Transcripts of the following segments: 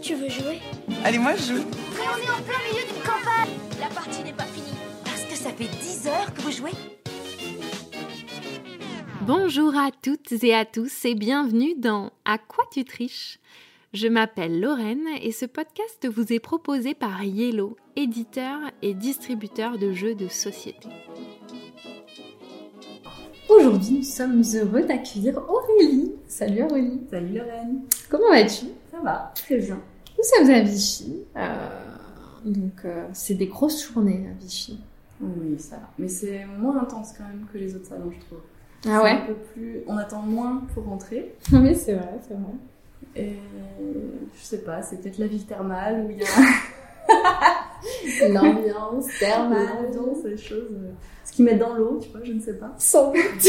Tu veux jouer? Allez, moi je joue. Mais on est en plein milieu d'une campagne. La partie n'est pas finie. Parce que ça fait 10 heures que vous jouez. Bonjour à toutes et à tous et bienvenue dans À quoi tu triches? Je m'appelle Lorraine et ce podcast vous est proposé par Yellow, éditeur et distributeur de jeux de société. Aujourd'hui, nous sommes heureux d'accueillir Aurélie. Salut Aurélie. Salut Lorraine. Comment vas-tu? Ça va, très bien. Nous sommes à Vichy, donc c'est des grosses journées à Vichy. Oui, ça va. Mais c'est moins intense quand même que les autres salons, je trouve. Ah ouais? C'est un peu plus... On attend moins pour rentrer. Oui, c'est vrai, c'est vrai. Et je sais pas, c'est peut-être la ville thermale où il y a L'ambiance thermale. l'ambiance, les choses... Ce qu'ils mettent dans l'eau, tu vois, je ne sais pas. Sans doute.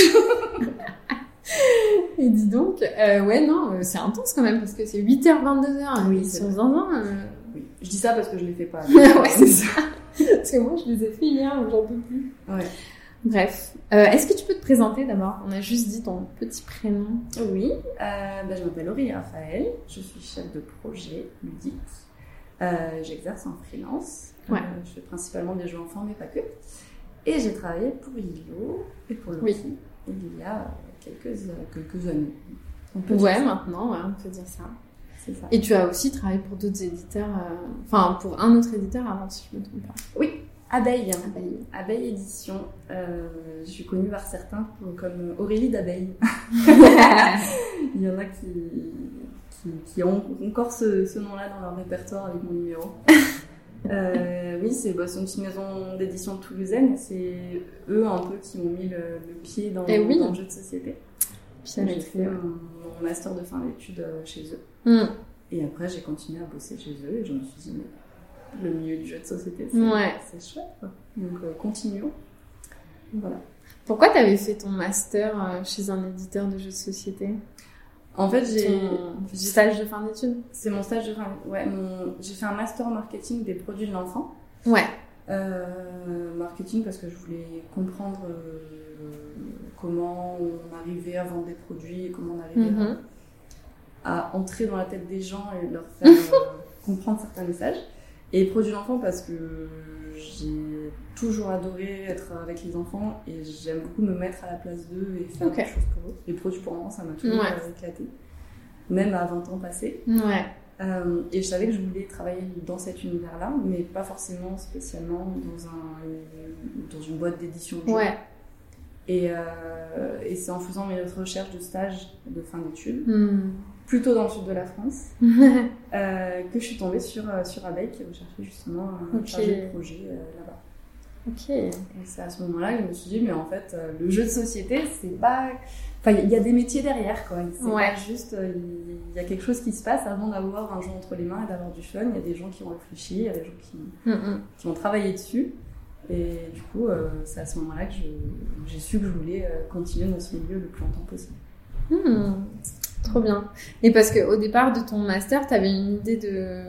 Et dis donc, ouais, non, c'est intense quand même, parce que c'est 8h22h. Oui, sur c'est zinzin. Oui. Je dis ça parce que je les fais pas. Ouais, c'est ça. Parce que moi, je les ai fait hier, j'en peux plus. Ouais. Bref. Est-ce que tu peux te présenter d'abord? On a juste dit ton petit prénom. Oui, je m'appelle Aurélie Raphaël, je suis chef de projet ludique. J'exerce en freelance. Ouais. Je fais principalement des jeux enfants, mais pas que. Et j'ai travaillé pour Lilo et pour Loki il y a quelques années. On peut dire ça. Maintenant, ouais, on peut dire ça. C'est ça. Et tu as aussi travaillé pour d'autres éditeurs, enfin pour un autre éditeur avant, si je me trompe pas. Oui, Abeille Édition. Je suis connue par certains comme Aurélie d'Abeille. Il y en a qui ont encore ce nom-là dans leur répertoire avec mon numéro. Oui, c'est une petite maison d'édition toulousaine. C'est eux un peu qui m'ont mis le pied dans le jeu de société. J'ai fait mon master de fin d'études chez eux. Et après, j'ai continué à bosser chez eux et je me suis dit, mais le milieu du jeu de société, c'est chouette, quoi. Donc, continuons. Voilà. Pourquoi tu avais fait ton master chez un éditeur de jeux de société? En fait, j'ai stage de fin d'études. C'est mon stage de fin. Ouais, j'ai fait un master en marketing des produits de l'enfant. Ouais. Marketing parce que je voulais comprendre comment on arrivait à vendre des produits et comment on arrivait à entrer dans la tête des gens et leur faire comprendre certains messages. Et produits de l'enfant parce que j'ai toujours adoré être avec les enfants et j'aime beaucoup me mettre à la place d'eux et faire des choses pour eux. Les produits pour enfants, ça m'a toujours éclaté. Même à 20 ans passés. Ouais. Et je savais que je voulais travailler dans cet univers-là, mais pas forcément spécialement dans une boîte d'édition de jeux. Ouais. Et c'est en faisant mes recherches de stage de fin d'études, plutôt dans le sud de la France, que je suis tombée sur Abeille qui recherchait justement un chargé de projet là-bas. Ok. Et c'est à ce moment-là que je me suis dit, mais en fait, le jeu de société, c'est pas... Enfin, il y a des métiers derrière, quoi. C'est pas juste... Il y a quelque chose qui se passe avant d'avoir un jeu entre les mains et d'avoir du fun. Il y a des gens qui ont réfléchi, il y a des gens qui ont travaillé dessus. Et du coup, c'est à ce moment-là que j'ai su que je voulais continuer dans ce milieu le plus longtemps possible. Trop bien. Et parce qu'au départ de ton master, tu avais une idée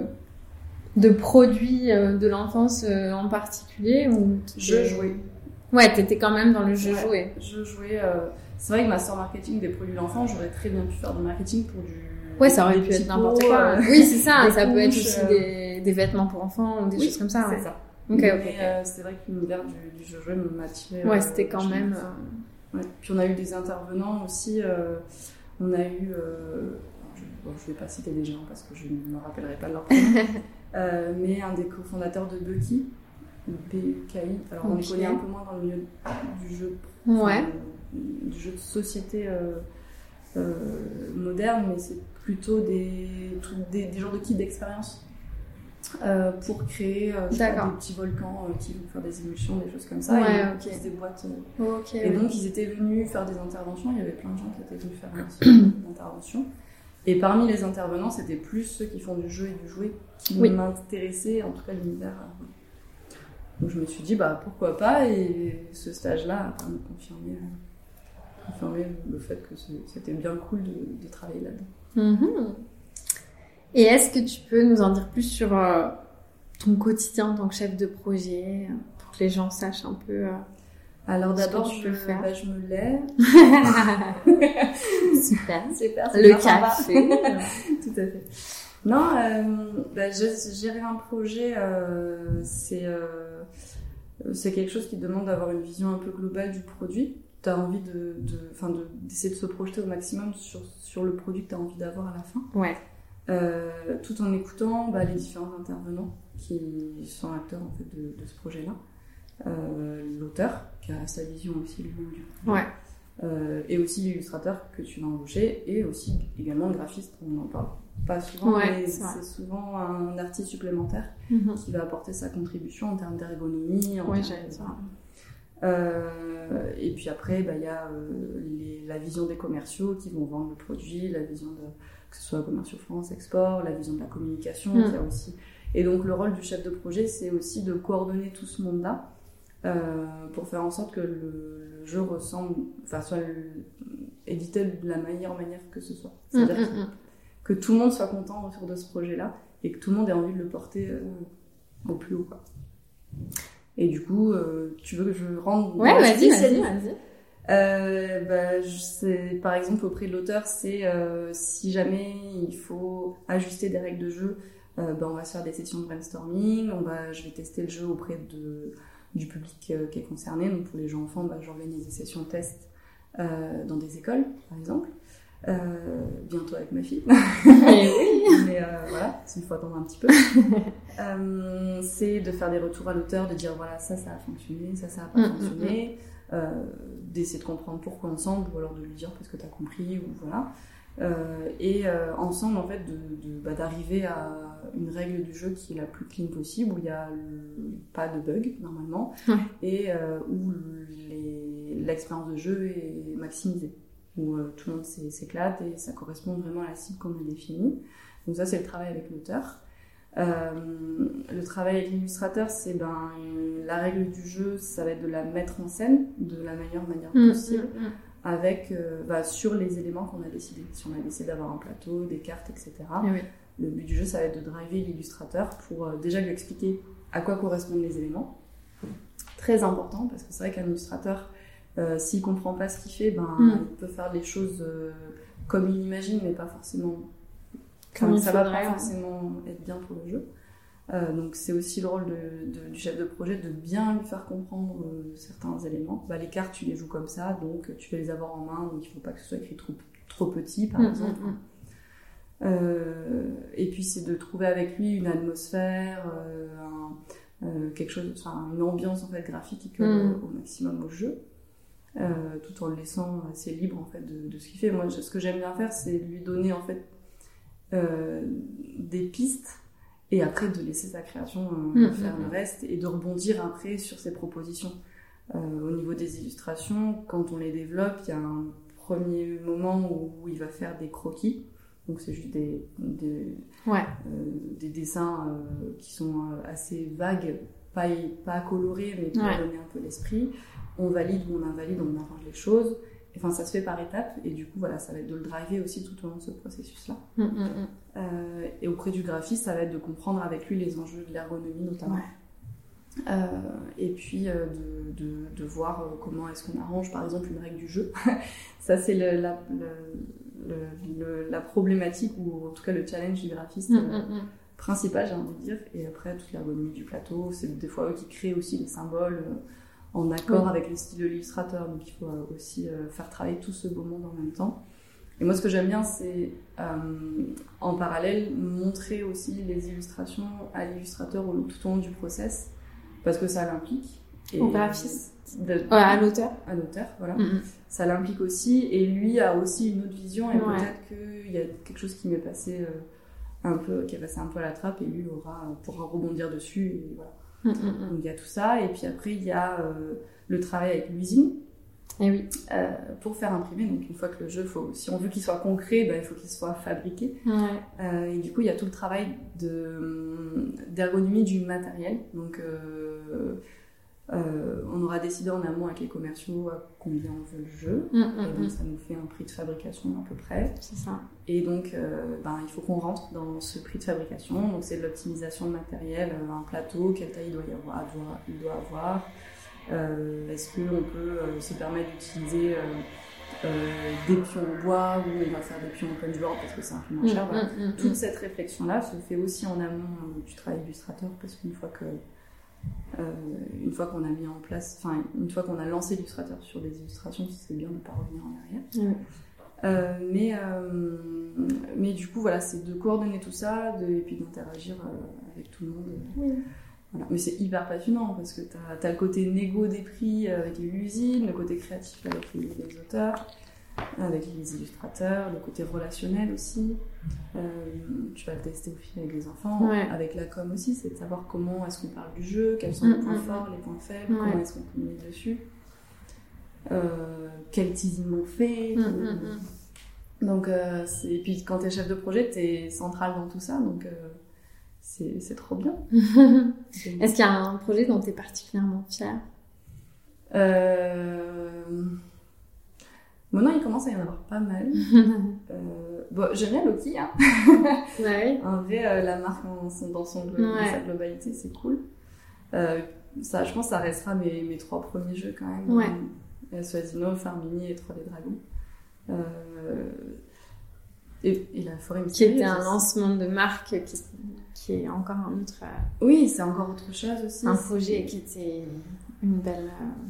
de produits de l'enfance en particulier ou Je jouais. Ouais, t'étais quand même dans le jeu joué. Je jouais. C'est vrai que master marketing des produits de l'enfance, j'aurais très bien pu faire du marketing pour du. Ouais, ça aurait pu être n'importe quoi. Oui, c'est ça. Ça peut être aussi des vêtements pour enfants ou des choses comme ça. C'est ça. Mais c'est vrai que l'univers du jeu joué m'attirait. Ouais, c'était quand même. Ouais. Puis on a eu des intervenants aussi. On a eu. Je vais pas citer des gens parce que je ne me rappellerai pas de leur prénom. Mais un des cofondateurs de Bucky, BKI. Alors on les connaît un peu moins dans le milieu du jeu. Du jeu de société moderne, mais c'est plutôt des genres de kits d'expérience pour créer des petits volcans qui vont faire des émulsions, des choses comme ça, et des boîtes. Et donc ils étaient venus faire des interventions, il y avait plein de gens qui étaient venus faire des interventions. Et parmi les intervenants, c'était plus ceux qui font du jeu et du jouet qui m'intéressaient, en tout cas l'univers. Donc je me suis dit, pourquoi pas, et ce stage-là a confirmé le fait que c'était bien cool de travailler là-dedans. Et est-ce que tu peux nous en dire plus sur ton quotidien en tant que chef de projet, pour que les gens sachent un peu Alors d'abord, je me lève. Super. Super. Le café. Tout à fait. Non, gérer un projet, c'est quelque chose qui demande d'avoir une vision un peu globale du produit. Tu as envie d'essayer de se projeter au maximum sur le produit que tu as envie d'avoir à la fin. Ouais. Tout en écoutant les différents intervenants qui sont acteurs en fait, de ce projet-là. L'auteur, qui a sa vision aussi lui-même du projet. Ouais. Et aussi l'illustrateur que tu vas embaucher, et aussi également le graphiste, on n'en parle pas souvent, mais c'est souvent un artiste supplémentaire qui va apporter sa contribution en termes d'ergonomie, et puis après il y a la vision des commerciaux qui vont vendre le produit, la vision que ce soit commerciaux France, export, la vision de la communication qu'il y a aussi. Et donc le rôle du chef de projet, c'est aussi de coordonner tout ce monde-là pour faire en sorte que le jeu soit édité de la meilleure manière que ce soit. C'est-à-dire que tout le monde soit content autour de ce projet-là et que tout le monde ait envie de le porter au plus haut, quoi. Et du coup, tu veux que je rentre dans la spécialité ? Par exemple, auprès de l'auteur, c'est si jamais il faut ajuster des règles de jeu, on va se faire des sessions de brainstorming, je vais tester le jeu auprès du public qui est concerné. Donc pour les jeux enfants, j'organise des sessions tests dans des écoles, par exemple. Bientôt avec ma fille. Mais voilà, il faut attendre un petit peu. C'est de faire des retours à l'auteur, de dire voilà, ça a fonctionné, ça a pas fonctionné. D'essayer de comprendre pourquoi ensemble, ou alors de lui dire parce que tu as compris, ou voilà. Et ensemble, en fait, d'arriver à une règle du jeu qui est la plus clean possible, où il n'y a pas de bug, normalement, et où l'expérience de jeu est maximisée, où tout le monde s'éclate et ça correspond vraiment à la cible qu'on a définie. Donc ça, c'est le travail avec l'auteur. Le travail avec l'illustrateur, c'est la règle du jeu, ça va être de la mettre en scène de la meilleure manière possible, avec sur les éléments qu'on a décidé. Si on a décidé d'avoir un plateau, des cartes, etc. Le but du jeu, ça va être de driver l'illustrateur pour déjà lui expliquer à quoi correspondent les éléments. Très important, parce que c'est vrai qu'un illustrateur, s'il comprend pas ce qu'il fait, il peut faire les choses comme il imagine, mais pas forcément. Ça va pas forcément être bien pour le jeu. Donc c'est aussi le rôle du chef de projet de bien lui faire comprendre certains éléments. Les cartes, tu les joues comme ça, donc tu vas les avoir en main, donc il ne faut pas que ce soit écrit trop petit, par exemple. Et puis c'est de trouver avec lui une atmosphère, quelque chose, une ambiance en fait graphique qui colle au maximum au jeu. Tout en le laissant assez libre en fait de ce qu'il fait. Moi, ce que j'aime bien faire, c'est lui donner en fait des pistes et après de laisser sa création faire le reste et de rebondir après sur ses propositions. Au niveau des illustrations, quand on les développe, il y a un premier moment où il va faire des croquis, donc c'est juste des dessins qui sont assez vagues, pas colorés, mais pour donner un peu l'esprit. On valide ou on invalide, on arrange les choses. Enfin, ça se fait par étapes, et du coup, voilà, ça va être de le driver aussi tout au long de ce processus-là. Et auprès du graphiste, ça va être de comprendre avec lui les enjeux de l'ergonomie, notamment. Et puis, de voir comment est-ce qu'on arrange, par exemple, une règle du jeu. Ça, c'est la problématique, ou en tout cas le challenge du graphiste principal, j'ai envie de dire. Et après, toute l'ergonomie du plateau, c'est des fois eux qui créent aussi les symboles en accord avec le style de l'illustrateur, donc il faut aussi faire travailler tout ce beau monde en même temps. Et moi, ce que j'aime bien, c'est en parallèle montrer aussi les illustrations à l'illustrateur tout au long du process, parce que ça l'implique. Au graphiste, à l'auteur. À l'auteur, voilà. Ça l'implique aussi, et lui a aussi une autre vision, et peut-être qu'il y a quelque chose qui m'est passé qui est passé un peu à la trappe, et lui pourra rebondir dessus, et voilà. Donc il y a tout ça, et puis après il y a le travail avec l'usine pour faire imprimer. Donc une fois que le jeu, si on veut qu'il soit concret, il faut qu'il soit fabriqué. Et du coup il y a tout le travail d'ergonomie du matériel. Donc on aura décidé en amont avec les commerciaux à combien on veut le jeu, et donc ça nous fait un prix de fabrication à peu près. C'est ça. Et donc il faut qu'on rentre dans ce prix de fabrication. Donc c'est de l'optimisation de matériel, un plateau, quelle taille il doit avoir, est-ce qu'on peut se permettre d'utiliser des pions en bois ou on va faire des pions en punchboard parce que c'est un peu moins cher. Voilà. Toute cette réflexion-là se fait aussi en amont du travail illustrateur parce qu'une fois qu'on a mis en place, enfin une fois qu'on a lancé l'illustrateur sur des illustrations, c'est bien de ne pas revenir en arrière. Mais du coup, voilà, c'est de coordonner tout ça et puis d'interagir avec tout le monde. Voilà. Mais c'est hyper passionnant parce que t'as le côté négo des prix avec l'usine, le côté créatif avec les auteurs, avec les illustrateurs, le côté relationnel aussi. Tu vas le tester au fil avec les enfants, avec la com aussi, c'est de savoir comment est-ce qu'on parle du jeu, quels sont les points forts, les points faibles, comment est-ce qu'on communique dessus, quel teasing on fait. Donc, et puis quand t'es chef de projet, t'es central dans tout ça, donc c'est trop bien. Est-ce qu'il y a un projet dont t'es particulièrement fière? Maintenant, il commence à y en avoir pas mal. Bon, j'aime bien Loki. Hein. En vrai, la marque dans sa globalité, c'est cool. Ça, je pense que ça restera mes 3 premiers jeux quand même. Soisino, Farmini et 3D Dragon. Et la forêt mystérieuse. Qui était un lancement de marque qui est encore un autre... Oui, c'est encore autre chose aussi. Un projet qui était une belle...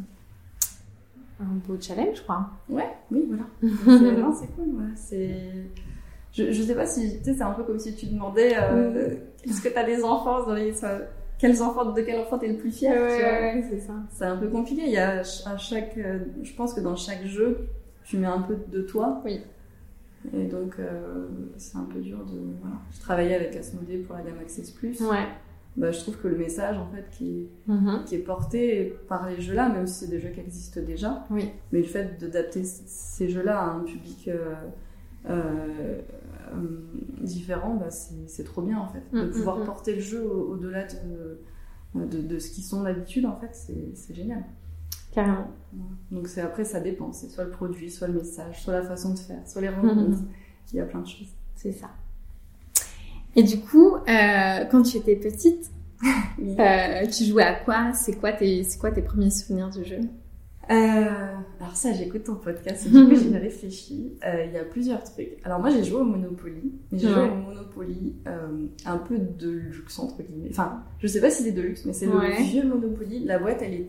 un beau challenge, je crois. Oui, voilà. C'est cool. Ouais. Je sais pas si... Tu sais, c'est un peu comme si tu demandais est-ce que tu as des enfants de quel enfant t'es le plus fier? Ouais, c'est ça. C'est un peu compliqué. Il y a à chaque... je pense que dans chaque jeu, tu mets un peu de toi. Oui. Et donc, c'est un peu dur de... Voilà. Je travaillais avec Asmodée pour la gamme Access+. Je trouve que le message, en fait, qui est porté par les jeux-là, même si c'est des jeux qui existent déjà, mais le fait d'adapter ces jeux-là à un public différent, c'est trop bien, en fait. De pouvoir porter le jeu au-delà de ce qu'ils sont d'habitude, en fait, c'est génial. Carrément. Donc après, ça dépend. C'est soit le produit, soit le message, soit la façon de faire, soit les rencontres. Il y a plein de choses. C'est ça. Et du coup, quand tu étais petite, tu jouais à quoi? C'est quoi tes premiers souvenirs du jeu? Alors ça, j'écoute ton podcast et du coup, j'ai réfléchi. Il y a plusieurs trucs. Alors moi, j'ai joué au Monopoly. Mais j'ai joué au Monopoly un peu de luxe, entre guillemets. Enfin, je sais pas si c'est de luxe, mais c'est le vieux Monopoly. La boîte, elle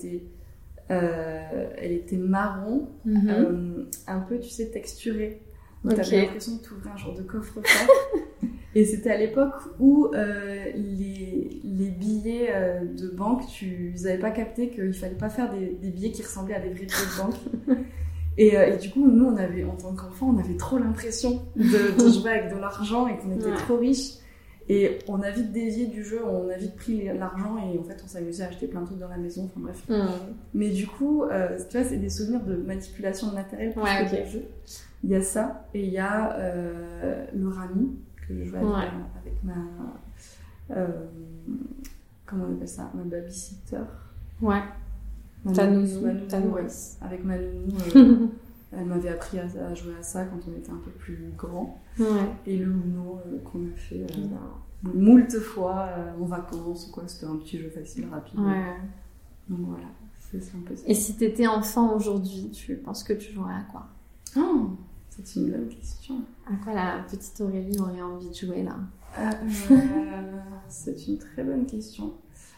était marron, un peu, tu sais, texturée. Donc t'avais l'impression de t'ouvrir un genre de coffre-fort. Et c'était à l'époque où les billets de banque, ils n'avaient pas capté qu'il fallait pas faire des billets qui ressemblaient à des vrais billets de banque. Et du coup, nous, en tant qu'enfants, on avait trop l'impression de jouer avec de l'argent et qu'on était trop riches. Et on a vite dévié du jeu, on a vite pris l'argent et en fait on s'amusait à acheter plein de trucs dans la maison, enfin bref. Mais du coup, tu vois, c'est des souvenirs de manipulation de matériel plus que de jeu. Il y a ça, et il y a le Rami, que je jouais avec ma... comment on appelle ça? Ma babysitter. Ta nounou. Avec ma nounou. Elle m'avait appris à jouer à ça quand on était un peu plus grand. Et le Uno qu'on a fait moult fois en vacances ou quoi. C'était un petit jeu facile, rapide. Donc voilà, c'est un peu ça. Et si t'étais enfant aujourd'hui, tu penses que tu jouerais à quoi? C'est une bonne question. À quoi la petite Aurélie aurait envie de jouer là? C'est une très bonne question.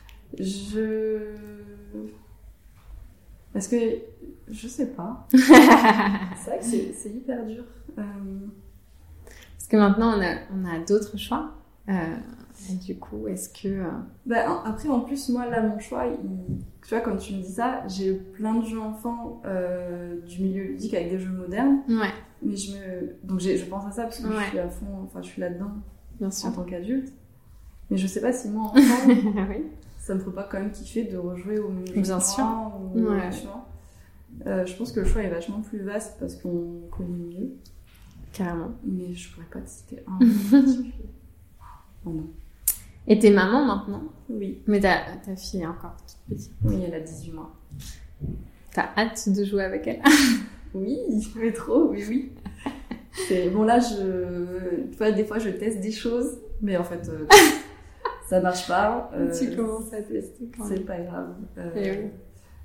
Parce que je sais pas. C'est vrai que c'est hyper dur. Parce que maintenant on a d'autres choix. Et du coup, est-ce que... après, en plus, moi, là, mon choix, tu vois, quand tu me dis ça, j'ai eu plein de jeux enfants du milieu ludique avec des jeux modernes. Mais donc, je pense à ça parce que je suis à fond, enfin, je suis là-dedans bien sûr. En tant qu'adulte. Mais je sais pas si moi, enfant, ça me ferait pas quand même kiffer de rejouer au même jeu. Bien sûr. Tu vois. Je pense que le choix est vachement plus vaste parce qu'on connaît mieux. Carrément. Mais je pourrais pas te citer un en particulier. Non. Et t'es maman maintenant? Oui. Mais ta fille est encore toute petite. Oui, elle a 18 mois. T'as hâte de jouer avec elle? Oui, mais trop, oui. Bon là, tu vois, des fois je teste des choses, mais en fait, ça marche pas. Tu commences à tester quand même. C'est pas grave.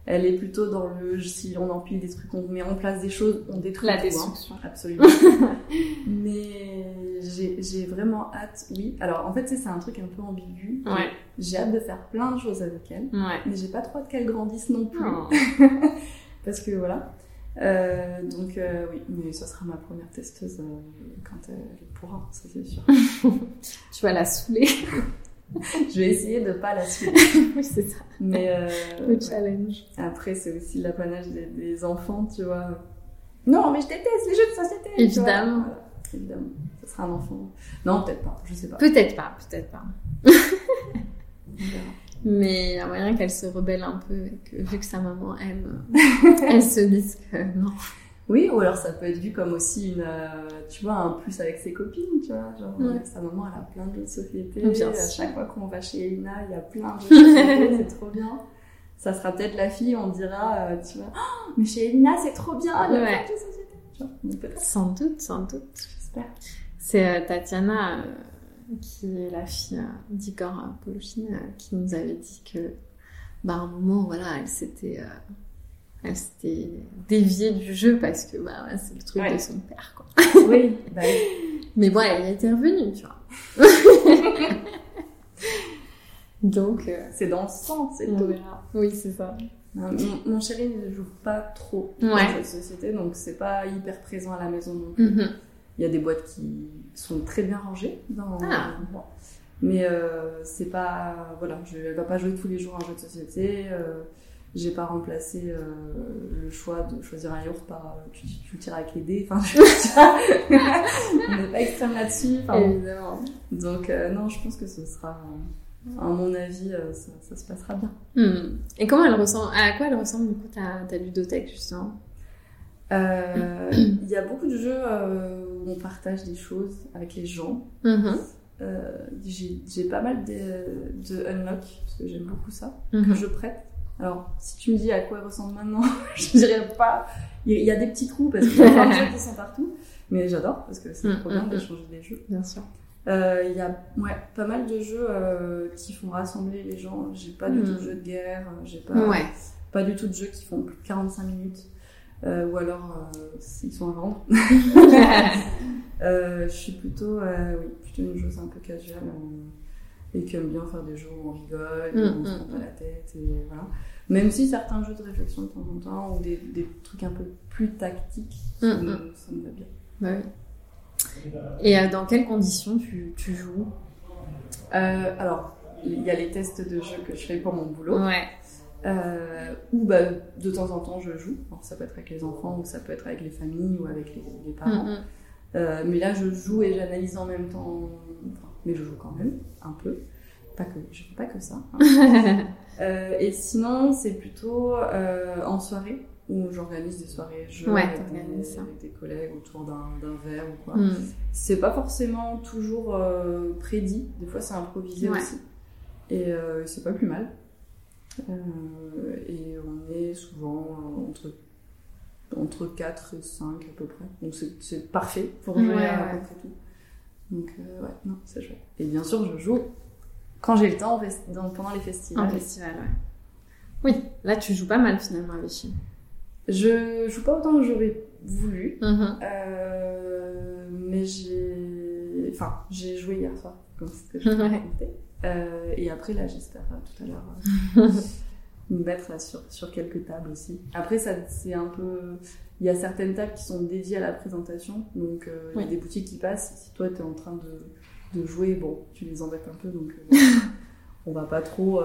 Elle est plutôt dans le si on empile des trucs, on met en place des choses, on détruit La tout, destruction. Absolument. Mais j'ai vraiment hâte, oui. Alors en fait, c'est un truc un peu ambigu. Ouais. J'ai hâte de faire plein de choses avec elle, mais j'ai pas trop hâte qu'elle grandisse non plus. Oh. Parce que voilà. Donc oui, mais ça sera ma première testeuse quand elle pourra, ça c'est sûr. Tu vas la saouler. Je vais essayer de pas la suivre. Oui, c'est ça. Mais le challenge. Après, c'est aussi l'apanage des enfants, tu vois. Non, mais je déteste les jeux de société. Évidemment. Voilà. Évidemment, ce sera un enfant. Non, peut-être pas, je sais pas. Peut-être pas. On verra. Mais il y a moyen qu'elle se rebelle un peu et que, vu que sa maman aime, elle se dise que non. Oui, ou alors ça peut être vu comme aussi une, tu vois, un plus avec ses copines, tu vois. Genre, sa maman, elle a plein de jeux de société. Bien à sûr. chaque fois qu'on va chez Elina, il y a plein de jeux de société, c'est trop bien. Ça sera peut-être la fille, on dira, tu vois, oh, mais chez Elina, c'est trop bien, il y a plein de jeux de société. Tu vois, donc peut-être. Sans doute. J'espère. C'est Tatiana, qui est la fille d'Igor Polochine, qui nous avait dit que, à un moment, voilà, elle s'était déviée du jeu parce que, c'est le truc de son père, quoi. Oui, bah oui. Mais bon, elle était revenue, tu vois. Donc, c'est dans le sang, c'est on tout. verra. Oui, c'est ça. Mon chéri ne joue pas trop Ouais. dans cette société, donc c'est pas hyper présent à la maison non plus. Mhm. Il y a des boîtes qui sont très bien rangées dans Ah. mais c'est pas voilà, elle va pas jouer tous les jours à un jeu de société. J'ai pas remplacé le choix de choisir un yaourt par tu le tires avec les dés. Enfin, on n'est pas extrême là-dessus. Enfin, Évidemment. donc non, je pense que ce sera, à mon avis, ça se passera bien. Et comment elle ressemble, à quoi elle ressemble du coup ta ludothèque justement? Il y a beaucoup de jeux où on partage des choses avec les gens. J'ai pas mal de unlock, parce que j'aime beaucoup ça, que je prête. Alors, si tu me dis à quoi elle ressemble maintenant, je dirais pas. Il y a des petits trous, parce qu'il y a plein de jeux qui sont partout. Mais j'adore, parce que c'est trop bien d'échanger des jeux. Bien sûr. Il y a pas mal de jeux qui font rassembler les gens. J'ai pas du tout de jeux de guerre, j'ai pas du tout de jeux qui font plus de 45 minutes. Ou alors ils sont à vendre. Je suis plutôt une joueuse un peu casual et qui aime bien faire des jeux où on rigole, où on se prend pas la tête et voilà. Même si certains jeux de réflexion de temps en temps ou des trucs un peu plus tactiques, ça me va bien. Bah oui. Et dans quelles conditions tu joues? Alors, il y a les tests de jeux que je fais pour mon boulot. Ouais. Où de temps en temps je joue. Alors, ça peut être avec les enfants ou ça peut être avec les familles ou avec les parents. Mais là je joue et j'analyse en même temps. Mais je joue quand même un peu. Je fais pas que ça. Hein. Et sinon c'est plutôt en soirée où j'organise des soirées jeux avec des collègues autour d'un verre ou quoi. C'est pas forcément toujours prédit. Des fois c'est improvisé aussi. Et c'est pas plus mal. Et on est souvent entre 4 et 5 à peu près. Donc c'est parfait pour jouer à peu près tout. Donc non, c'est chouette. Et bien sûr, je joue quand j'ai le temps pendant les festivals. En festival, Oui, là tu joues pas mal finalement à Vichy. Je joue pas autant que j'aurais voulu. Mais j'ai joué hier soir, comme ce que je t'ai raconté. Et après là j'espère tout à l'heure me mettre là sur quelques tables aussi. Après c'est un peu, il y a certaines tables qui sont dédiées à la présentation, donc il y a des boutiques qui passent. Si toi t'es en train de jouer, bon tu les embêtes un peu, donc on va pas trop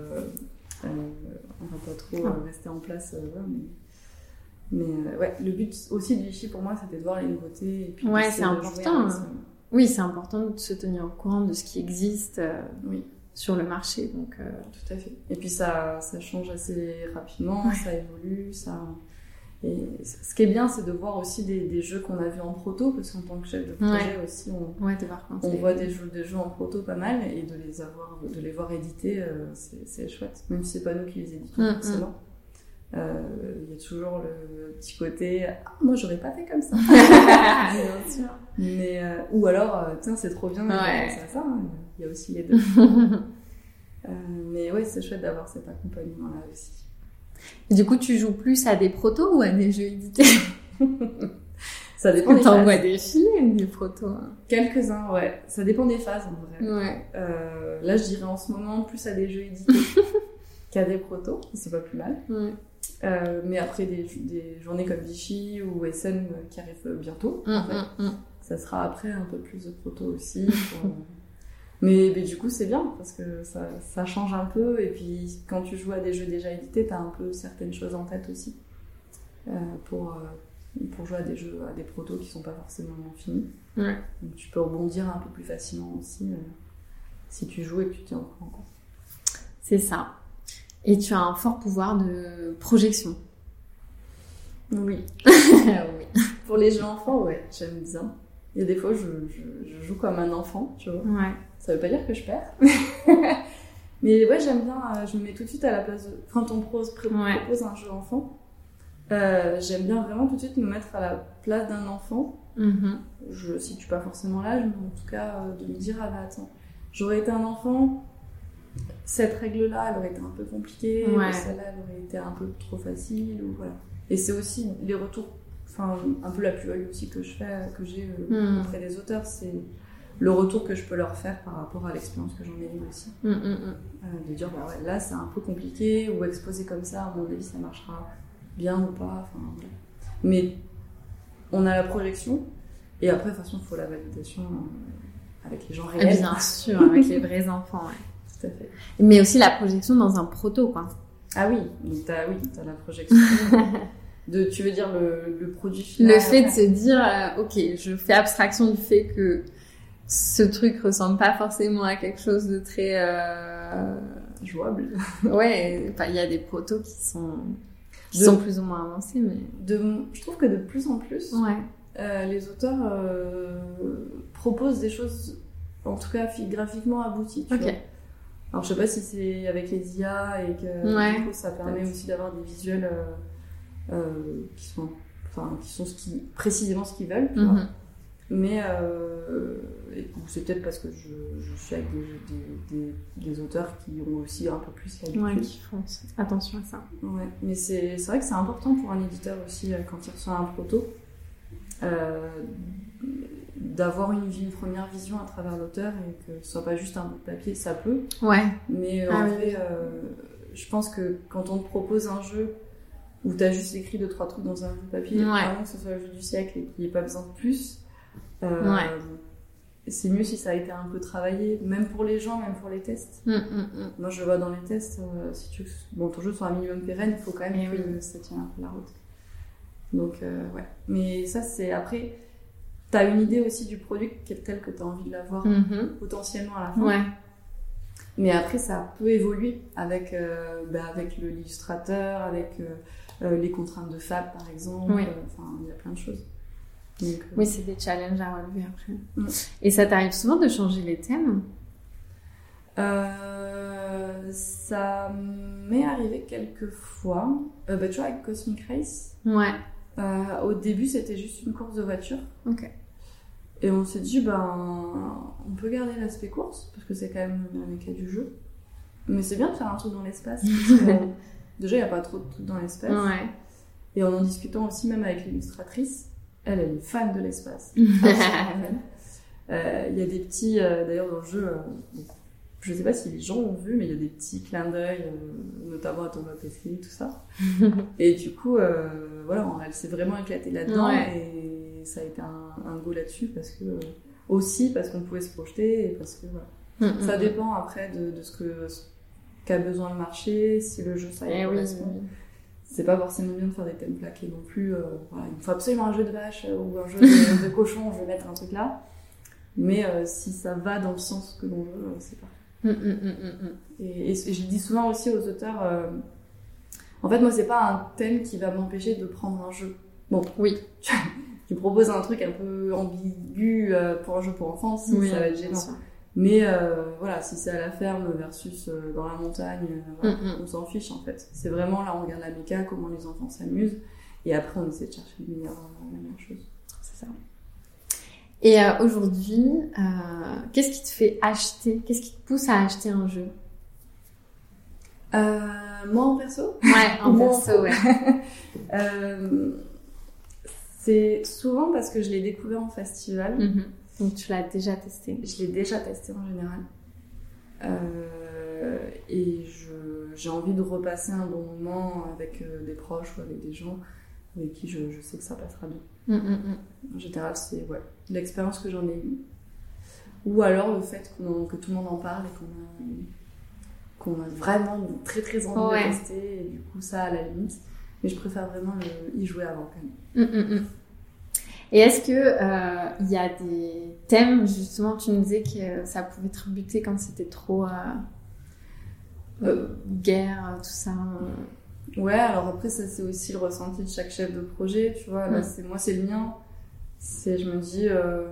rester en place, mais le but aussi de Vichy pour moi c'était de voir les nouveautés et puis c'est important. Oui, c'est important de se tenir au courant de ce qui existe sur le marché. Donc, tout à fait. Et puis ça change assez rapidement, ça évolue. Et ce qui est bien, c'est de voir aussi des jeux qu'on a vus en proto, parce qu'en tant que chef de projet aussi, on voit des jeux en proto pas mal, et de les voir édités, c'est chouette. Même si c'est pas nous qui les éditons forcément. Il y a toujours le petit côté moi j'aurais pas fait comme ça. Bien sûr. Mais ou alors tiens c'est trop bien, ça il y a aussi les deux. Mais c'est chouette d'avoir cet accompagnement là aussi. Et du coup, tu joues plus à des protos ou à des jeux édités? Ça dépend des phases. T'envoies des films, des protos. Hein. Quelques-uns, ouais. Ça dépend des phases, en vrai. Ouais. Là, je dirais en ce moment plus à des jeux édités qu'à des protos. C'est pas plus mal. Ouais. Mais après, des journées comme Vichy ou SM qui arrivent bientôt, en fait. Ça sera après un peu plus de protos aussi. Mais du coup, c'est bien parce que ça change un peu. Et puis, quand tu joues à des jeux déjà édités, t'as un peu certaines choses en tête aussi. Pour jouer à des jeux, à des protos qui sont pas forcément finis. Ouais. Donc, tu peux rebondir un peu plus facilement aussi si tu joues et que tu tiens au courant. C'est ça. Et tu as un fort pouvoir de projection. Oui. Oui. Pour les jeux enfants, ouais, j'aime bien. Il y a des fois, je joue comme un enfant, tu vois. Ouais. Ça veut pas dire que je perds. Mais ouais, j'aime bien, je me mets tout de suite à la place de... Quand on propose un jeu enfant, j'aime bien vraiment tout de suite me mettre à la place d'un enfant. Je situe pas forcément l'âge, mais en tout cas, de me dire, ah bah attends, j'aurais été un enfant, cette règle-là, elle aurait été un peu compliquée, Ouais. celle-là, elle aurait été un peu trop facile, ou voilà. Et c'est aussi les retours, enfin, un peu la plus-value aussi que j'ai auprès des auteurs, c'est le retour que je peux leur faire par rapport à l'expérience que j'en ai eue aussi. De dire, bah ouais, là, c'est un peu compliqué, ou exposé comme ça, à mon avis, ça marchera bien ou pas, enfin, voilà. Mais on a la projection, et après, de toute façon, il faut la validation avec les gens réels. Bien sûr, avec les vrais enfants, ouais. Tout à fait. Mais aussi la projection dans un proto, quoi. Ah oui, donc t'as la projection. Tu veux dire le produit final. Le fait de se dire, ok, je fais abstraction du fait que ce truc ressemble pas forcément à quelque chose de très jouable. Ouais, il y a des protos qui sont plus ou moins avancés, mais je trouve que de plus en plus, les auteurs proposent des choses, en tout cas graphiquement abouties. Tu vois. Alors je sais pas si c'est avec les IA et que du coup, ça permet aussi d'avoir des visuels qui sont précisément ce qu'ils veulent. Tu vois. Mais c'est peut-être parce que je suis avec des auteurs qui ont aussi un peu plus l'habitude. Qui font attention à ça. Ouais. Mais c'est vrai que c'est important pour un éditeur aussi, quand il reçoit un proto, d'avoir une première vision à travers l'auteur et que ce soit pas juste un bout de papier, ça peut. Ouais. Mais en fait, je pense que quand on te propose un jeu où t'as juste écrit 2-3 trucs dans un bout de papier, vraiment que ce soit le jeu du siècle et qu'il n'y ait pas besoin de plus, c'est mieux si ça a été un peu travaillé, même pour les gens, même pour les tests. Moi, je vois dans les tests, si tu veux que ton jeu soit un minimum pérenne, il faut quand même que ça tienne un peu la route. Donc, ouais. Mais ça, c'est après... T'as une idée aussi du produit tel que t'as envie de l'avoir potentiellement à la fin. Ouais. Mais après, ça peut évoluer avec l'illustrateur, avec les contraintes de Fab, par exemple. Enfin, il y a plein de choses. Donc, oui, c'est des challenges à relever après. Et ça t'arrive souvent de changer les thèmes ? Ça m'est arrivé quelques fois. Tu vois, avec Cosmic Race. Au début, c'était juste une course de voiture. Et on s'est dit, on peut garder l'aspect course, parce que c'est quand même le méca du jeu. Mais c'est bien de faire un truc dans l'espace. Parce que, déjà, il n'y a pas trop de trucs dans l'espace. Et en discutant aussi, même avec l'illustratrice, elle est fan de l'espace. Il y a des petits, d'ailleurs, dans le jeu, je ne sais pas si les gens ont vu, mais il y a des petits clins d'œil, notamment à Thomas Pesquet, tout ça. Et du coup, elle s'est vraiment éclatée là-dedans. Et ça a été un go là-dessus parce qu'on pouvait se projeter et parce que ça dépend après de ce qu'a besoin le marché, si le jeu ça y correspond. C'est pas forcément bien de faire des thèmes plaqués non plus. Il faut absolument un jeu de vache ou un jeu de cochon, je vais mettre un truc là. Mais si ça va dans le sens que l'on veut, c'est parfait. Et je dis souvent aussi aux auteurs, en fait, moi, c'est pas un thème qui va m'empêcher de prendre un jeu. Bon, tu proposes un truc un peu ambigu pour un jeu pour enfants, ça va être gênant. Mais si c'est à la ferme versus dans la montagne, on s'en fiche en fait. C'est vraiment là, on regarde la méca, comment les enfants s'amusent, et après on essaie de chercher la meilleure chose. C'est ça. Et aujourd'hui, qu'est-ce qui te fait acheter ? Qu'est-ce qui te pousse à acheter un jeu ? Moi en perso? Ouais, en perso, ouais. C'est souvent parce que je l'ai découvert en festival. Donc tu l'as déjà testé? Je l'ai déjà testé en général. Et j'ai envie de repasser un bon moment avec des proches ou avec des gens avec qui je sais que ça passera bien. En général, c'est l'expérience que j'en ai eue. Ou alors le fait que tout le monde en parle et qu'on a vraiment très très envie de tester. Et du coup, ça à la limite. Mais je préfère vraiment y jouer avant quand même. Et est-ce que y a des thèmes, justement, tu nous disais que ça pouvait te rebuter quand c'était trop guerre, tout ça. Ouais, alors après, ça c'est aussi le ressenti de chaque chef de projet, tu vois. Là, c'est le mien. Je me dis,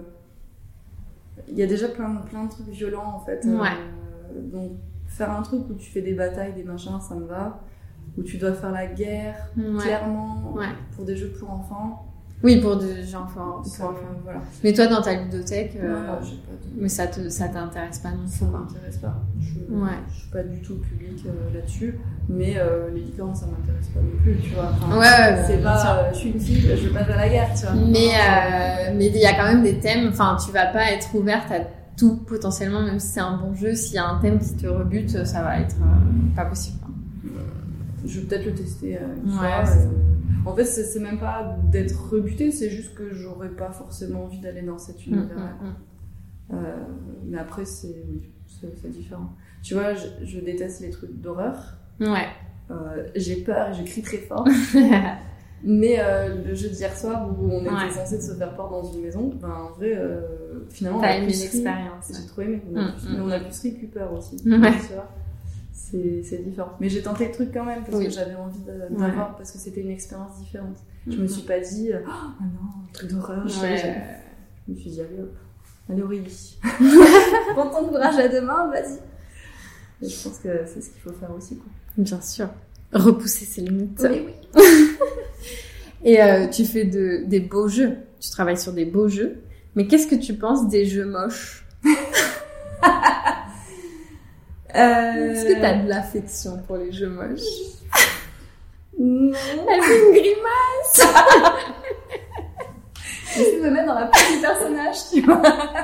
il y a déjà plein de trucs violents en fait. Donc, faire un truc où tu fais des batailles, des machins, ça me va. Où tu dois faire la guerre, clairement, pour des jeux pour enfants. Oui, pour des gens enfants. Voilà. Mais toi, dans ta ludothèque, non, j'ai pas de... mais ça t'intéresse pas non plus. Ça m'intéresse pas. Je suis pas du tout public là-dessus, mais les licornes, ça m'intéresse pas non plus, tu vois. Enfin, c'est pas, je suis une fille, je vais pas faire la guerre, tu vois. Mais il y a quand même des thèmes. Enfin, tu vas pas être ouverte à tout potentiellement, même si c'est un bon jeu. S'il y a un thème qui te rebute, ça va être pas possible. Je vais peut-être le tester une fois. En fait, c'est même pas d'être rebutée, c'est juste que j'aurais pas forcément envie d'aller dans cet univers-là. Mais après, c'est différent. Tu vois, je déteste les trucs d'horreur. J'ai peur et je crie très fort. Mais le jeu d'hier soir où on était censé se faire peur dans une maison, en vrai, finalement, t'as aimé l'expérience. J'ai trop aimé. Mais on a plus ri plus peur aussi. Tu vois. C'est différent. Mais j'ai tenté le truc quand même parce que j'avais envie d'avoir, parce que c'était une expérience différente. Je me suis pas dit, oh non, un truc d'horreur. Je me suis dit, allez Aurélie. Prends ton courage à deux mains, vas-y. Et je pense que c'est ce qu'il faut faire aussi, quoi. Bien sûr. Repousser ses limites. Oui. Et tu fais des beaux jeux. Tu travailles sur des beaux jeux. Mais qu'est-ce que tu penses des jeux moches? Est-ce que t'as de l'affection pour les jeux moches? Non. Elle fait une grimace. J'essaie de me mettre dans la peau du personnage, tu vois.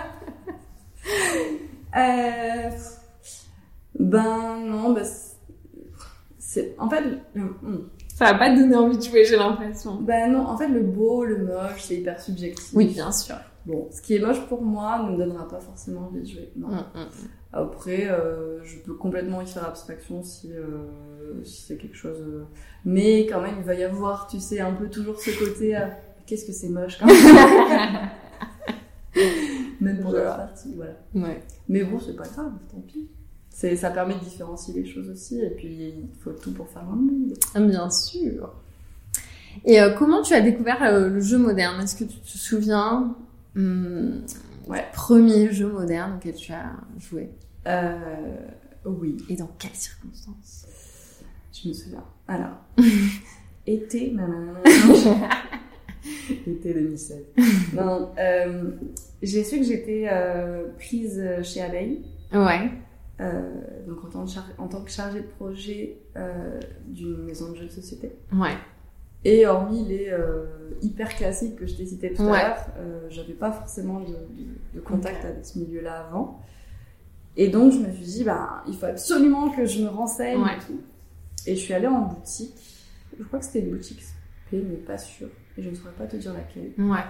Non, c'est... En fait... Ça va pas te donner envie de jouer, j'ai l'impression. Non, en fait, le beau, le moche, c'est hyper subjectif. Oui, bien sûr. Bon, ce qui est moche pour moi ne me donnera pas forcément envie de jouer. Non. Après, je peux complètement y faire abstraction si c'est quelque chose... Mais quand même, il va y avoir, tu sais, un peu toujours ce côté... qu'est-ce que c'est moche quand même. Même pour la partie, voilà. Mais bon, c'est pas grave, tant pis. Ça permet de différencier les choses aussi, et puis il faut tout pour faire un monde. Bien sûr. Et comment tu as découvert le jeu moderne? Est-ce que tu te souviens premier jeu moderne auquel tu as joué? Oui. Et dans quelles circonstances? Je me souviens. Alors, été, été 2016. Non, j'ai su que j'étais prise chez Abeille. Donc en tant que chargée de projet d'une maison de jeux de société. Et hormis les hyper classiques que je t'ai cités tout à l'heure, j'avais pas forcément de contact avec ce milieu-là avant. Et donc je me suis dit, il faut absolument que je me renseigne et tout. Et je suis allée en boutique. Je crois que c'était une boutique SP, mais pas sûre. Et je ne saurais pas te dire laquelle.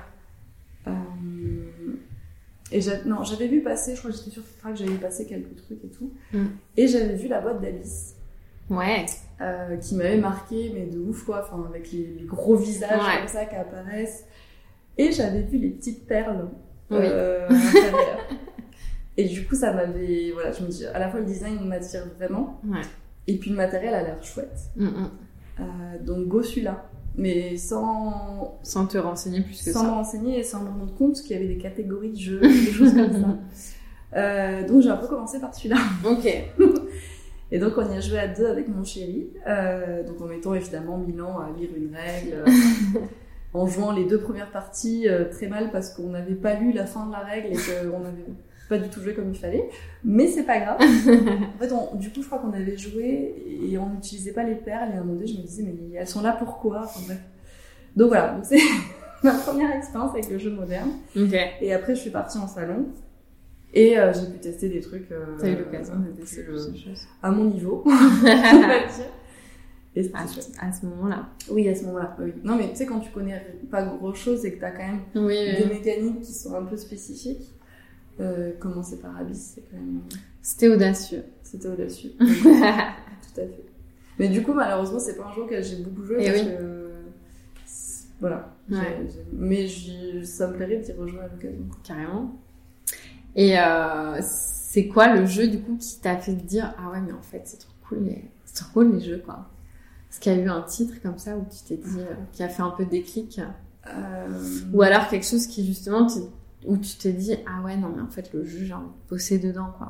Et j'avais vu passer, je crois que j'étais sur Fifra que j'avais vu passer quelques trucs et tout. Et j'avais vu la boîte d'Alice. Qui m'avait marqué, mais de ouf quoi, enfin, avec les gros visages comme ça qui apparaissent. Et j'avais vu les petites perles à l'intérieur. Et du coup, ça m'avait. Voilà, je me dis, à la fois le design m'attire vraiment, et puis le matériel a l'air chouette. Donc, go celui-là. Mais sans te renseigner plus que ça. Sans me renseigner et sans me rendre compte qu'il y avait des catégories de jeux, des choses comme ça. Donc j'ai un peu commencé par celui-là. Et donc on y a joué à 2 avec mon chéri. Donc en mettant évidemment 1000 ans à lire une règle. En jouant les 2 premières parties très mal parce qu'on n'avait pas lu la fin de la règle et qu'on avait pas du tout joué comme il fallait, mais c'est pas grave. En fait, du coup, je crois qu'on avait joué et on n'utilisait pas les perles. Et à un moment donné, je me disais, mais elles sont là pourquoi? Enfin, bref. Donc voilà, donc c'est ma première expérience avec le jeu moderne. Okay. Et après, je suis partie en salon et j'ai pu tester des trucs. T'as eu l'occasion de tester à mon niveau, on va dire. Et à ce moment-là. Oui, à ce moment-là. Oui. Non, mais tu sais, quand tu connais pas grand-chose et que t'as quand même des mécaniques qui sont un peu spécifiques, commencer par Abyss, c'est quand même... C'était audacieux. C'était audacieux. Tout à fait. Mais du coup, malheureusement, c'est pas un jeu que j'ai beaucoup joué parce que... Voilà. Ouais. Mais ça me plairait d'y rejouer à l'occasion. Carrément. Et c'est quoi le jeu, du coup, qui t'a fait te dire « Ah ouais, mais en fait, c'est trop cool les jeux, quoi ». Est-ce qu'il y a eu un titre comme ça où tu t'es dit, qui a fait un peu déclic ou alors quelque chose qui justement où tu t'es dit ah ouais non mais en fait le jeu j'ai envie de bosser dedans quoi.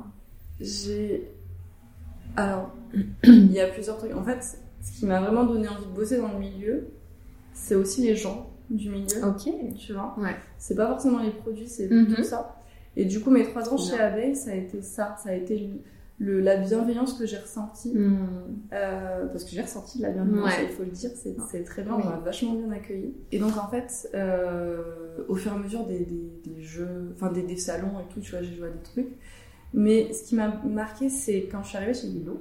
Alors il y a plusieurs trucs. En fait, ce qui m'a vraiment donné envie de bosser dans le milieu, c'est aussi les gens du milieu. Ok. Tu vois. Ouais. C'est pas forcément les produits, c'est plutôt ça. Et du coup mes 3 ans chez Abeille, ça a été ça. Ça a été la bienveillance que j'ai ressentie, parce que j'ai ressenti de la bienveillance, il faut le dire, c'est très bien, on m'a vachement bien accueilli. Et donc en fait, au fur et à mesure des jeux, enfin des salons et tout, tu vois, j'ai joué à des trucs. Mais ce qui m'a marqué, c'est quand je suis arrivée chez Lilo,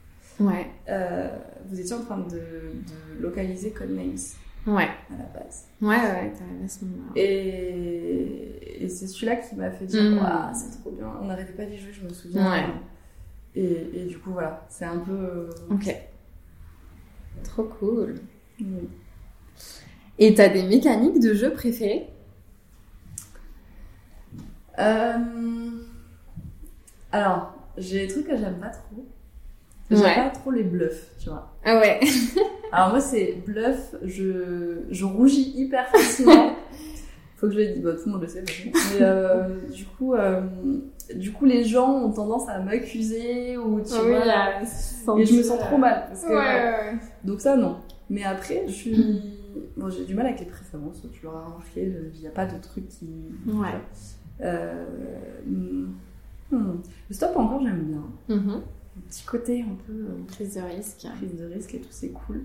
vous étiez en train de localiser Codenames. Ouais. À la base. Ouais, t'es arrivée à ce moment-là. Et c'est celui-là qui m'a fait dire, waouh, c'est trop bien. On n'arrêtait pas d'y jouer, je me souviens. Ouais. Et du coup, voilà, c'est un peu... Ok. Trop cool. Oui. Et t'as des mécaniques de jeu préférées? Alors, j'ai des trucs que j'aime pas trop. J'aime pas trop les bluffs, tu vois. Ah ouais. Alors moi, c'est bluff, je rougis hyper facilement. Faut que je le dise, bah, tout le monde le sait. Mais du coup, les gens ont tendance à m'accuser ou tu vois, et je me sens trop mal. Parce que, donc ça, non. Mais après, bon, j'ai du mal avec les préférences, tu l'auras remarqué, il n'y a pas de truc qui... Le stop encore, j'aime bien. Un petit côté un peu... Prise de risque. Prise de risque et tout, c'est cool.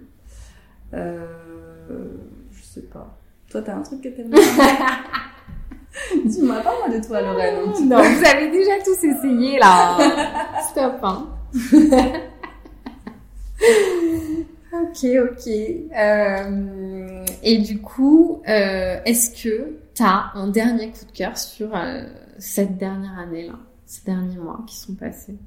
Je sais pas. Toi, t'as un truc que t'aimes bien? Dis-moi pas moi de toi, Lorraine. Non, vous avez déjà tous essayé, là. Stop, hein. Ok. Et du coup, est-ce que t'as un dernier coup de cœur sur cette dernière année, là, ces derniers mois qui sont passés?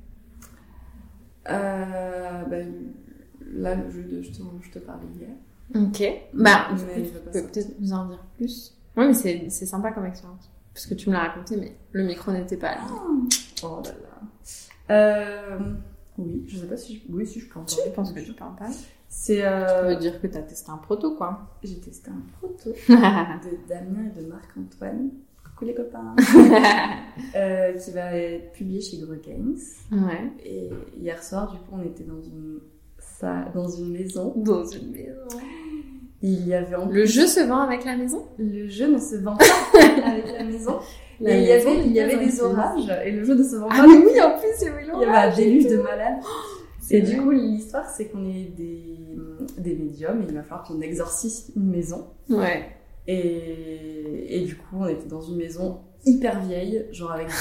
Là, le jeu de je te parlais hier. Ok. Tu peux peut-être nous en dire plus. Oui, mais c'est sympa comme expérience. Parce que tu me l'as raconté, mais le micro n'était pas là. Oh là là. Oui, je sais pas si je... Oui, si je peux en parler. Je pense que tu peux en parler. C'est... Tu veux dire que t'as testé un proto, quoi. J'ai testé un proto de Damien et de Marc-Antoine. Coucou les copains. Qui va être publié chez Gros Games. Ouais. Et hier soir, du coup, on était dans une maison. Dans une maison. Il y avait Le jeu se vend avec la maison? Le jeu ne se vend pas avec la maison. Et il y avait des orages et le jeu ne se vend pas. Ah mais oui, en plus, il y avait l'orage. Il y avait un déluge de malades. Et du coup, l'histoire, c'est qu'on est des médiums et il va falloir qu'on exorcise une maison. Ouais. Et du coup, on était dans une maison hyper vieille, genre avec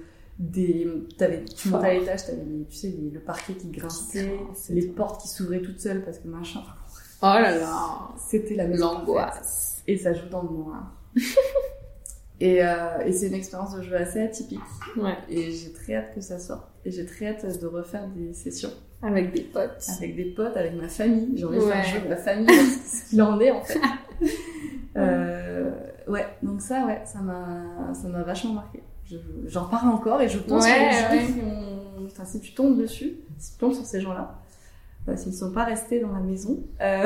tu montais à l'étage, t'avais le parquet qui grinçait, les portes qui s'ouvraient toutes seules parce que machin. Oh là là. C'était la maison. L'angoisse. Et ça joue dans le noir. Et c'est une expérience de jeu assez atypique. Ouais. Et j'ai très hâte que ça sorte. Et j'ai très hâte de refaire des sessions. Avec des potes. Avec ma famille. J'ai envie de faire un jeu avec ma famille, ce qu'il en est en fait. Donc ça m'a vachement marqué. J'en parle encore et je pense que les gens si tu tombes dessus, si tu tombes sur ces gens-là, s'ils ne sont pas restés dans la maison,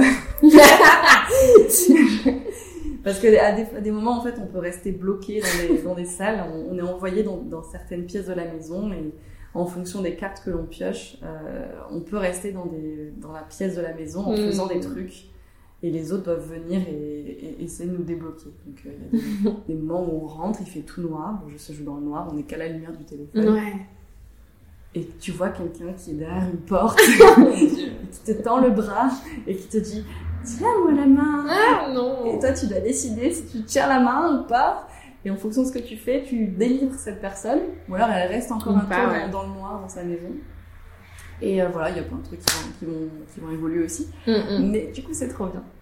parce qu'à des moments en fait on peut rester bloqué dans des salles, on est envoyé dans certaines pièces de la maison et en fonction des cartes que l'on pioche, on peut rester dans la pièce de la maison en faisant des trucs. Et les autres doivent venir et essayer de nous débloquer. Donc il y a des moments où on rentre, il fait tout noir, le jeu se joue dans le noir, on n'est qu'à la lumière du téléphone. Ouais. Et tu vois quelqu'un qui est derrière une porte, qui te tend le bras et qui te dit « Tiens-moi la main !» Ah non. Et toi, tu dois décider si tu tiens la main ou pas. Et en fonction de ce que tu fais, tu délivres cette personne. Ou alors elle reste encore un peu dans le noir, dans sa maison. Et voilà, il y a plein de trucs qui vont évoluer aussi. Mais du coup, c'est trop bien.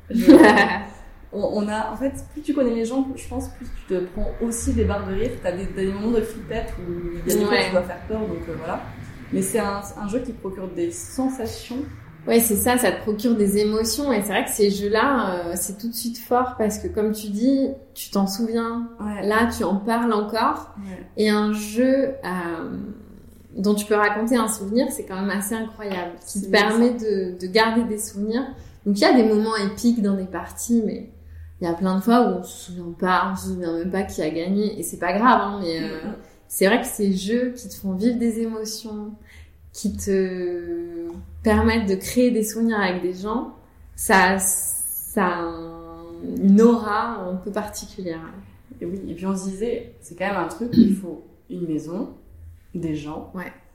En fait, plus tu connais les gens, je pense, plus tu te prends aussi des barres de rire. T'as des moments de flippette où il y a des fois tu dois faire peur, donc voilà. Mais c'est un jeu qui procure des sensations. Ouais, c'est ça te procure des émotions. Et c'est vrai que ces jeux-là, c'est tout de suite fort parce que comme tu dis, tu t'en souviens. Ouais. Là, tu en parles encore. Ouais. Et un jeu dont tu peux raconter un souvenir, c'est quand même assez incroyable. Qui te permet de garder des souvenirs. Donc il y a des moments épiques dans des parties, mais il y a plein de fois où on se souvient même pas qui a gagné. Et c'est pas grave, hein, mais c'est vrai que ces jeux qui te font vivre des émotions, qui te permettent de créer des souvenirs avec des gens, ça a une aura un peu particulière. Et oui, et puis on se disait, c'est quand même un truc, il faut une maison, des gens,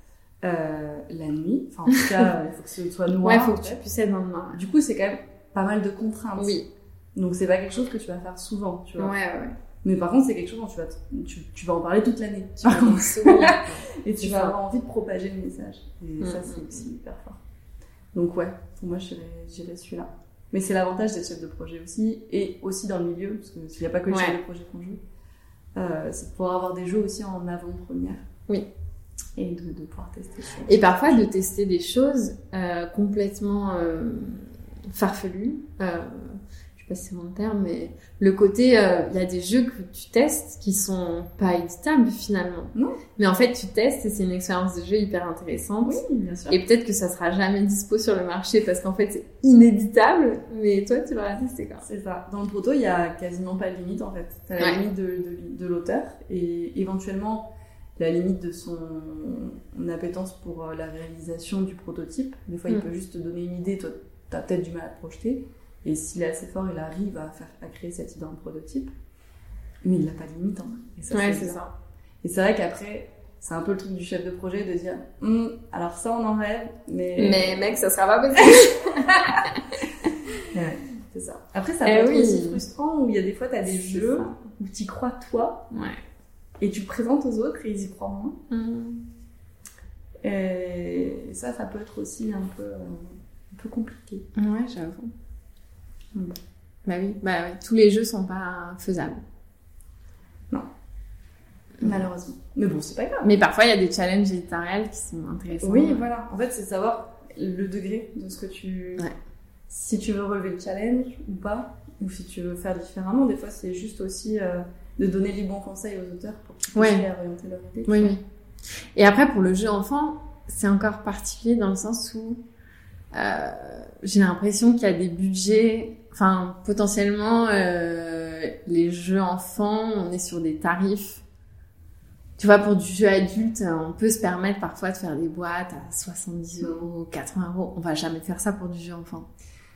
la nuit, enfin en tout cas, il faut que ce soit noir. Ouais, il faut que tu puisses être dans le noir. Du coup, c'est quand même pas mal de contraintes. Oui. Donc c'est pas quelque chose que tu vas faire souvent, tu vois. Ouais. Mais par contre, c'est quelque chose dont tu vas en parler toute l'année. Tu vas t'en souvenir. Et tu vas avoir envie de propager le message. Et ça, c'est aussi hyper fort. Donc ouais, pour moi, j'irais celui-là. Mais c'est l'avantage des chefs de projet aussi, et aussi dans le milieu, parce qu'il n'y a pas que les chefs de projet qu'on joue. C'est de pouvoir avoir des jeux aussi en avant-première. Oui. Et de pouvoir tester. Et parfois de tester des choses complètement farfelues. Je sais pas si c'est mon terme, mais le côté, il y a des jeux que tu testes qui sont pas éditables finalement. Non. Mais en fait, tu testes et c'est une expérience de jeu hyper intéressante. Oui, bien sûr. Et peut-être que ça sera jamais dispo sur le marché parce qu'en fait, c'est inéditable, mais toi, tu l'auras testé quoi. C'est ça. Dans le proto, il y a quasiment pas de limite en fait. T'as la limite de l'auteur et éventuellement la limite de son appétence pour la réalisation du prototype. Des fois, il peut juste te donner une idée, toi, t'as peut-être du mal à te projeter. Et s'il est assez fort, il arrive à créer cette idée en prototype. Mais il n'a pas de limite, en vrai. Et ça, c'est ça. Et c'est vrai qu'après, c'est un peu le truc du chef de projet de dire alors ça, on en rêve, mais mec, ça sera pas possible. Ouais, c'est ça. Après, ça peut être aussi frustrant où il y a des fois, t'as des jeux où t'y crois toi. Ouais. Et tu le présentes aux autres et ils y croient moins. Et ça peut être aussi un peu compliqué. Ouais, j'avoue. Bah oui, tous les jeux sont pas faisables. Non. Malheureusement. Mais bon, c'est pas grave. Mais parfois, il y a des challenges éditoriaux qui sont intéressants. Oui, voilà. En fait, c'est savoir le degré de ce que tu... Ouais. Si tu veux relever le challenge ou pas, ou si tu veux faire différemment. Des fois, c'est juste aussi de donner les bons conseils aux auteurs pour qu'ils puissent orienter leur idée. Oui. Et après, pour le jeu enfant, c'est encore particulier dans le sens où j'ai l'impression qu'il y a des budgets, enfin potentiellement les jeux enfants, on est sur des tarifs. Tu vois, pour du jeu adulte, on peut se permettre parfois de faire des boîtes à 70 €, 80 €. On va jamais faire ça pour du jeu enfant.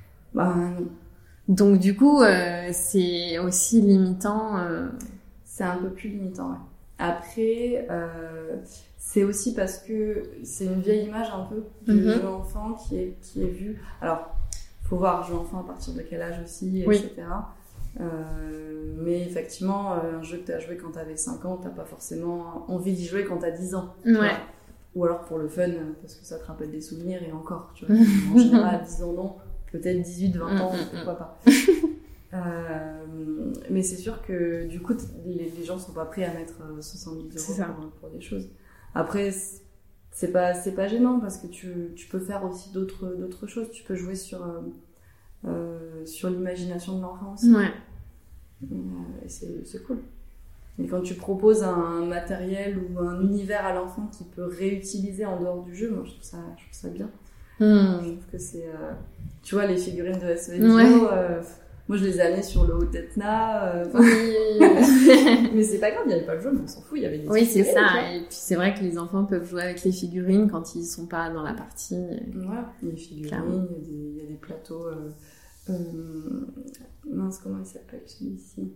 Donc du coup, c'est aussi limitant. C'est un peu plus limitant, ouais. Après, c'est aussi parce que c'est une vieille image un peu du jeu enfant qui est vue. Alors, faut voir jeu enfant à partir de quel âge aussi, etc. Mais effectivement, un jeu que tu as joué quand tu avais 5 ans, t'as pas forcément envie d'y jouer quand tu as 10 ans. Ou alors pour le fun, parce que ça te rappelle des souvenirs et encore, tu vois. En général, à 10 ans, non. Peut-être 18, 20 ans, pourquoi pas. Mais c'est sûr que du coup, les gens sont pas prêts à mettre 70 € pour des choses. Après, c'est pas gênant parce que tu peux faire aussi d'autres choses. Tu peux jouer sur l'imagination de l'enfant aussi. Et c'est cool. Et quand tu proposes un matériel ou un univers à l'enfant qui peut réutiliser en dehors du jeu, moi je trouve ça bien. Je trouve que c'est tu vois les figurines de SOS Video, moi je les ai amenées sur le haut d'Etna, mais c'est pas grave, il n'y avait pas le jeu, mais on s'en fout, il y avait des c'est ça. Et puis c'est vrai que les enfants peuvent jouer avec les figurines quand ils sont pas dans la partie. Voilà, les figurines, il y a des plateaux Mince, comment il s'appelle celui-ci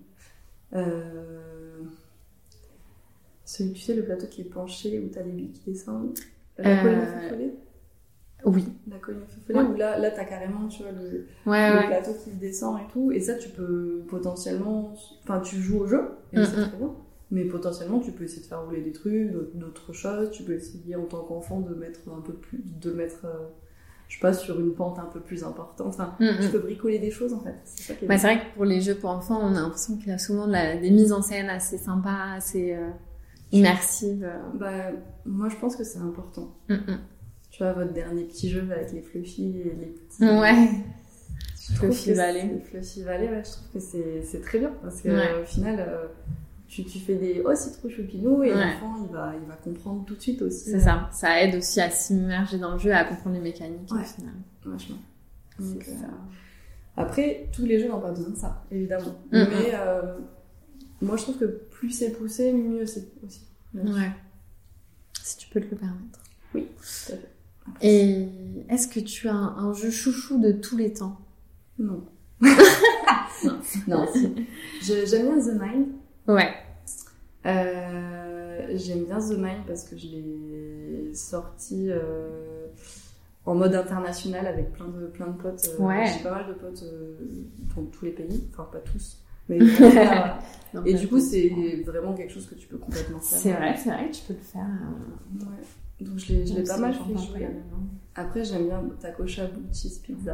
celui, tu sais, le plateau qui est penché, où t'as les billes qui descendent. La colline feufolée. Oui. La colline feufolée, où là t'as carrément, tu vois, le plateau qui descend et tout. Et ça, tu peux potentiellement... Enfin, tu joues au jeu, et c'est très bien. Mais potentiellement, tu peux essayer de faire rouler des trucs, d'autres choses. Tu peux essayer, en tant qu'enfant, de mettre un peu plus... je sais pas, sur une pente un peu plus importante. Enfin, tu peux bricoler des choses, en fait. C'est ça qui est c'est vrai que pour les jeux pour enfants, on a l'impression qu'il y a souvent des mises en scène assez sympas, assez immersives. Moi, je pense que c'est important. Tu vois, votre dernier petit jeu avec les Fluffy et les petits... Ouais. Fluffy Valley. Les Fluffy Valley, ouais, je trouve que c'est très bien. Parce que au final, tu fais des « Oh, c'est trop choupinou » et l'enfant, il va comprendre tout de suite aussi. C'est ça. Ça aide aussi à s'immerger dans le jeu et à comprendre les mécaniques, au final. Vachement. Donc, après, tous les jeux n'ont pas besoin de ça, évidemment. Mais moi, je trouve que plus c'est poussé, mieux c'est aussi. Ouais. Si tu peux te le permettre. Oui, tout à fait. Après, et est-ce que tu as un jeu chouchou de tous les temps? Non. Non, si. J'aime bien The Mind. Ouais. J'aime bien The Mind parce que je l'ai sorti en mode international avec plein de potes. J'ai pas mal de potes dans tous les pays, enfin pas tous. Mais et du coup, c'est vraiment quelque chose que tu peux complètement faire. C'est vrai que tu peux le faire. Ouais. Donc je l'ai pas mal fait jouer. Après, j'aime bien Taco-Cha Blue Cheese Pizza,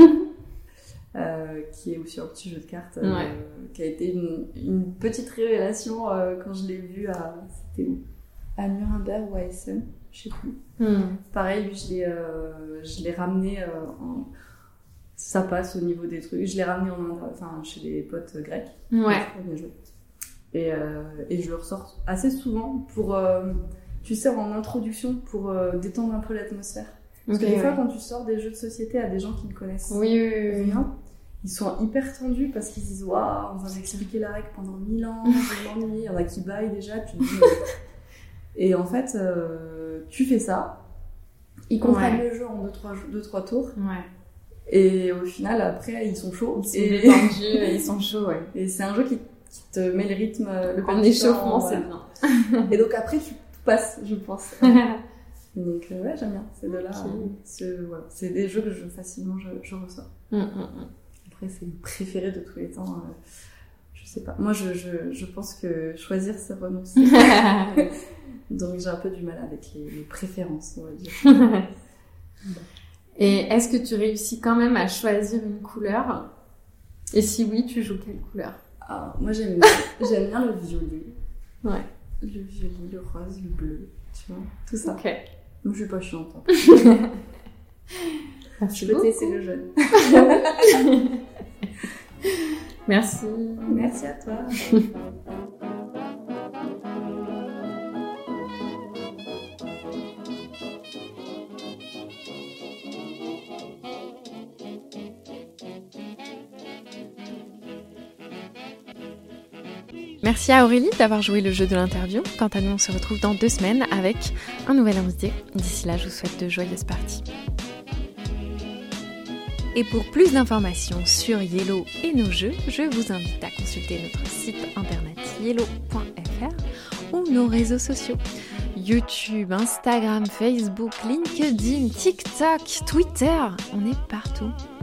qui est aussi un petit jeu de cartes, qui a été une petite révélation quand je l'ai vu c'était où, à Nuremberg ou à Essen, je sais plus. Pareil, lui, je l'ai ramené ça passe au niveau des trucs. Je l'ai ramené chez des potes grecs. Ouais. Bien joué. Et je le ressors assez souvent pour, tu sais, en introduction, pour détendre un peu l'atmosphère. Parce que des fois, quand tu sors des jeux de société à des gens qui ne connaissent rien, ils sont hyper tendus parce qu'ils se disent « Waouh, on va m'expliquer la règle pendant 1000 ans, je m'ennuie. » Il y en a qui baillent déjà, tu te dis... Et en fait, tu fais ça, ils comprennent le jeu en 2-3 tours. Ouais. Et au final, après, ils sont chauds. Ils sont détendus, ils sont chauds, ouais. Et c'est un jeu qui te met le rythme, en échauffement, c'est bien. Et donc après, tout passe, je pense. Donc j'aime bien. C'est de là. C'est des jeux que facilement je ressors. Après, c'est le préféré de tous les temps. Je sais pas. Moi, je pense que choisir, c'est renoncer. Donc j'ai un peu du mal avec les préférences, on va dire. Et est-ce que tu réussis quand même à choisir une couleur? Et si oui, tu joues quelle couleur? Moi, j'aime bien le violet. Ouais. Le violet, le rose, le bleu, tu vois, tout ça. Ok. Moi, je suis pas chiante. Merci je peux te laisser le jaune. Merci. Merci à toi. Merci à Aurélie d'avoir joué le jeu de l'interview. Quant à nous, on se retrouve dans 2 semaines avec un nouvel invité. D'ici là, je vous souhaite de joyeuses parties. Et pour plus d'informations sur Yellow et nos jeux, je vous invite à consulter notre site internet yellow.fr ou nos réseaux sociaux. YouTube, Instagram, Facebook, LinkedIn, TikTok, Twitter, on est partout.